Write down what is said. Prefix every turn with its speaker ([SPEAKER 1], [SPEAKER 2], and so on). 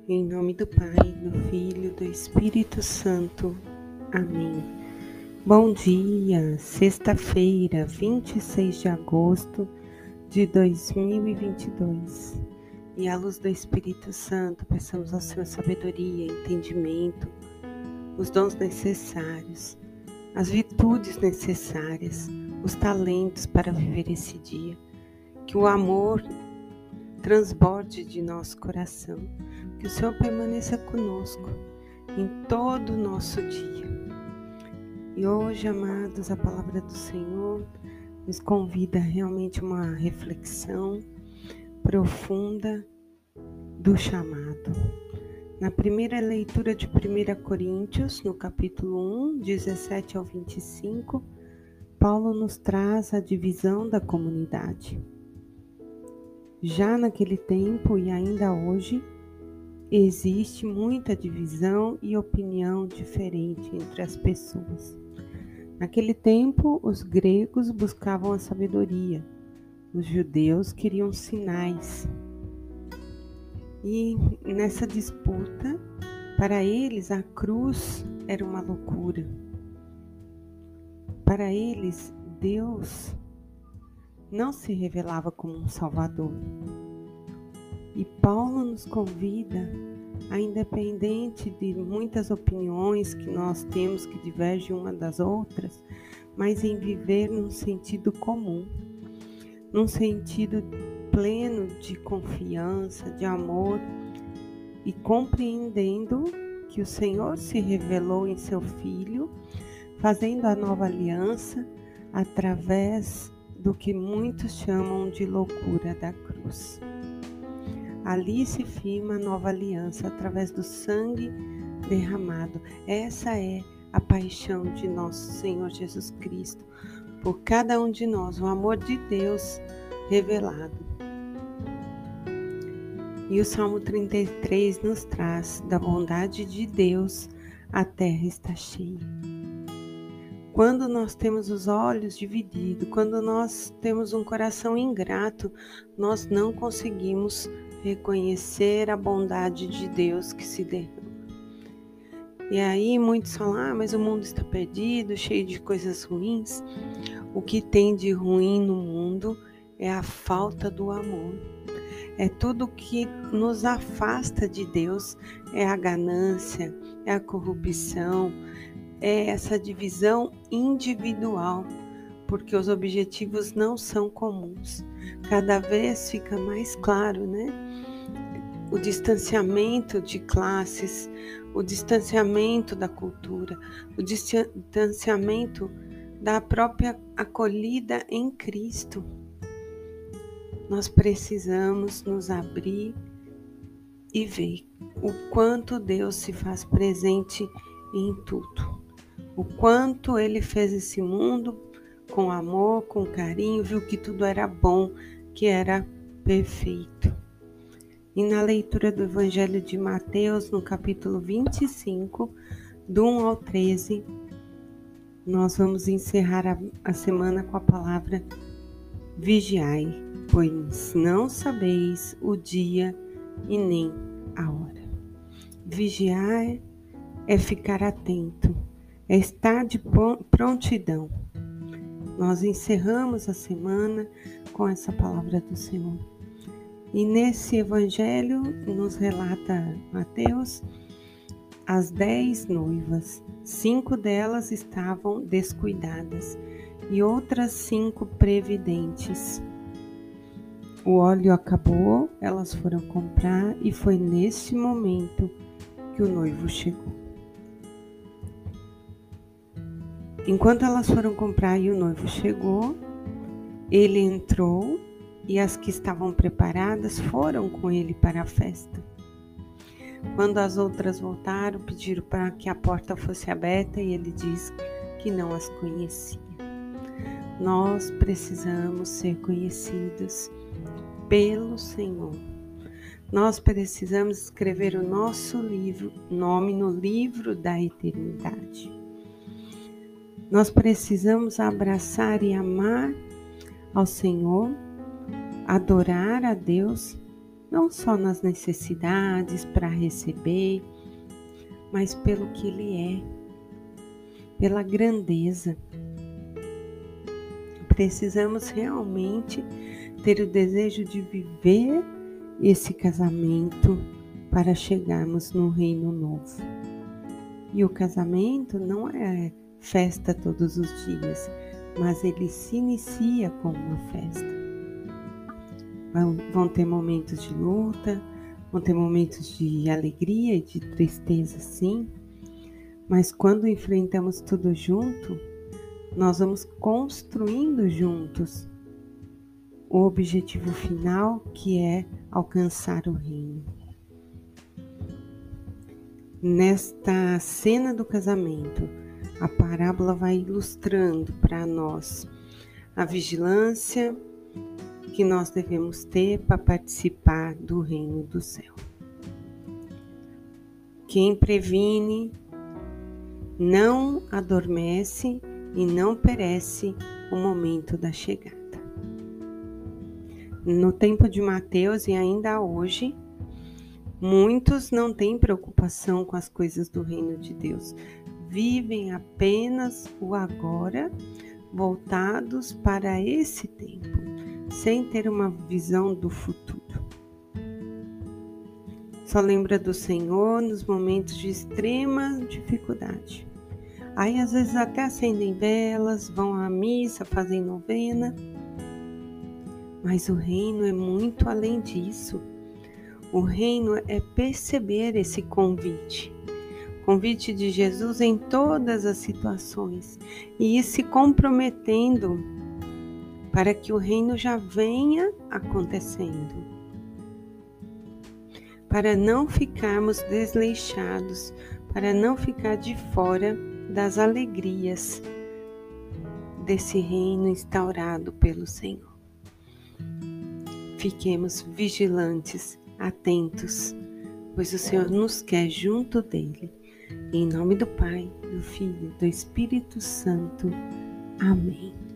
[SPEAKER 1] Em nome do Pai, do Filho, do Espírito Santo. Amém. Bom dia, sexta-feira, 26 de agosto de 2022. E à luz do Espírito Santo, peçamos ao Senhor sabedoria, entendimento, os dons necessários, as virtudes necessárias, os talentos para viver esse dia. Que o amor transborde de nosso coração, que o Senhor permaneça conosco em todo o nosso dia. E hoje, amados, a palavra do Senhor nos convida realmente a uma reflexão profunda do chamado. Na primeira leitura de 1 Coríntios, no capítulo 1, 17 ao 25, Paulo nos traz a divisão da comunidade. Já naquele tempo e ainda hoje, existe muita divisão e opinião diferente entre as pessoas. Naquele tempo, os gregos buscavam a sabedoria, os judeus queriam sinais. E nessa disputa, para eles, a cruz era uma loucura. Para eles, Deus não se revelava como um Salvador. E Paulo nos convida a, independente de muitas opiniões que nós temos que divergem uma das outras, mas em viver num sentido comum, num sentido pleno de confiança, de amor e compreendendo que o Senhor se revelou em seu Filho, fazendo a nova aliança através do que muitos chamam de loucura da cruz. Ali se firma a nova aliança através do sangue derramado. Essa é a paixão de nosso Senhor Jesus Cristo por cada um de nós, o amor de Deus revelado. E o Salmo 33 nos traz: da bondade de Deus a terra está cheia. Quando nós temos os olhos divididos, quando nós temos um coração ingrato, nós não conseguimos reconhecer a bondade de Deus que se derrama. E aí muitos falam: mas o mundo está perdido, cheio de coisas ruins. O que tem de ruim no mundo é a falta do amor. É tudo que nos afasta de Deus, é a ganância, é a corrupção, é essa divisão individual, porque os objetivos não são comuns. Cada vez fica mais claro, né? O distanciamento de classes, o distanciamento da cultura, o distanciamento da própria acolhida em Cristo. Nós precisamos nos abrir e ver o quanto Deus se faz presente em tudo. O quanto Ele fez esse mundo com amor, com carinho, viu que tudo era bom, que era perfeito. E na leitura do Evangelho de Mateus, no capítulo 25, do 1 ao 13, nós vamos encerrar a semana com a palavra vigiai, pois não sabeis o dia e nem a hora. Vigiar é ficar atento, é estar de prontidão. Nós encerramos a semana com essa palavra do Senhor. E nesse evangelho nos relata Mateus as 10 noivas. 5 delas estavam descuidadas e outras 5 previdentes. O óleo acabou, elas foram comprar e foi nesse momento que o noivo chegou. Enquanto elas foram comprar e o noivo chegou, ele entrou e as que estavam preparadas foram com ele para a festa. Quando as outras voltaram, pediram para que a porta fosse aberta e ele disse que não as conhecia. Nós precisamos ser conhecidos pelo Senhor. Nós precisamos escrever o nosso nome no livro da eternidade. Nós precisamos abraçar e amar ao Senhor, adorar a Deus não só nas necessidades para receber, mas pelo que Ele é, pela grandeza. Precisamos realmente ter o desejo de viver esse casamento para chegarmos no reino novo. E o casamento não é festa todos os dias, mas ele se inicia como uma festa. Vão ter momentos de luta, vão ter momentos de alegria e de tristeza, sim, mas quando enfrentamos tudo junto, nós vamos construindo juntos o objetivo final, que é alcançar o reino. Nesta cena do casamento, a parábola vai ilustrando para nós a vigilância que nós devemos ter para participar do reino do céu. Quem previne não adormece e não perece o momento da chegada. No tempo de Mateus e ainda hoje, muitos não têm preocupação com as coisas do reino de Deus. Vivem apenas o agora, voltados para esse tempo, sem ter uma visão do futuro. Só lembra do Senhor nos momentos de extrema dificuldade. Aí às vezes até acendem velas, vão à missa, fazem novena. Mas o reino é muito além disso. O reino é perceber esse convite de Jesus em todas as situações e ir se comprometendo para que o reino já venha acontecendo, para não ficarmos desleixados, para não ficar de fora das alegrias desse reino instaurado pelo Senhor. Fiquemos vigilantes, atentos, pois o Senhor nos quer junto dele. Em nome do Pai, do Filho, do Espírito Santo. Amém.